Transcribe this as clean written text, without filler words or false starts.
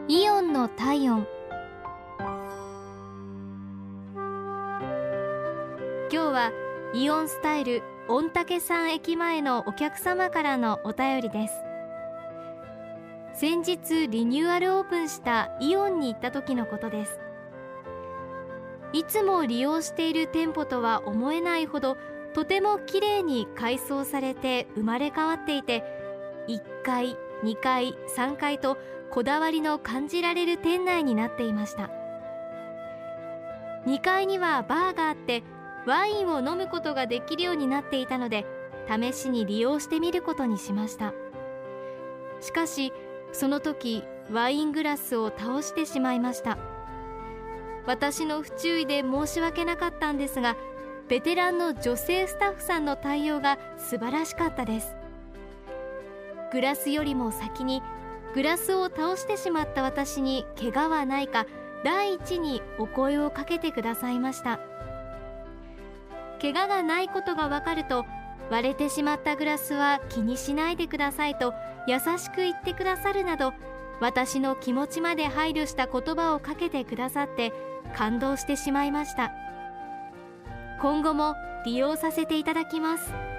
イオンの体温。今日はイオンスタイル御嶽山駅前のお客様からのお便りです。先日リニューアルオープンしたイオンに行った時のことです。いつも利用している店舗とは思えないほどとてもきれいに改装されて生まれ変わっていて、1階、2階、3階とこだわりの感じられる店内になっていました。2階にはバーがあってワインを飲むことができるようになっていたので、試しに利用してみることにしました。しかしその時ワイングラスを倒してしまいました。私の不注意で申し訳なかったんですが、ベテランの女性スタッフさんの対応が素晴らしかったです。グラスよりも先にグラスを倒してしまった私に怪我はないか第一にお声をかけてくださいました。怪我がないことが分かると、割れてしまったグラスは気にしないでくださいと優しく言ってくださるなど、私の気持ちまで配慮した言葉をかけてくださって感動してしまいました。今後も利用させていただきます。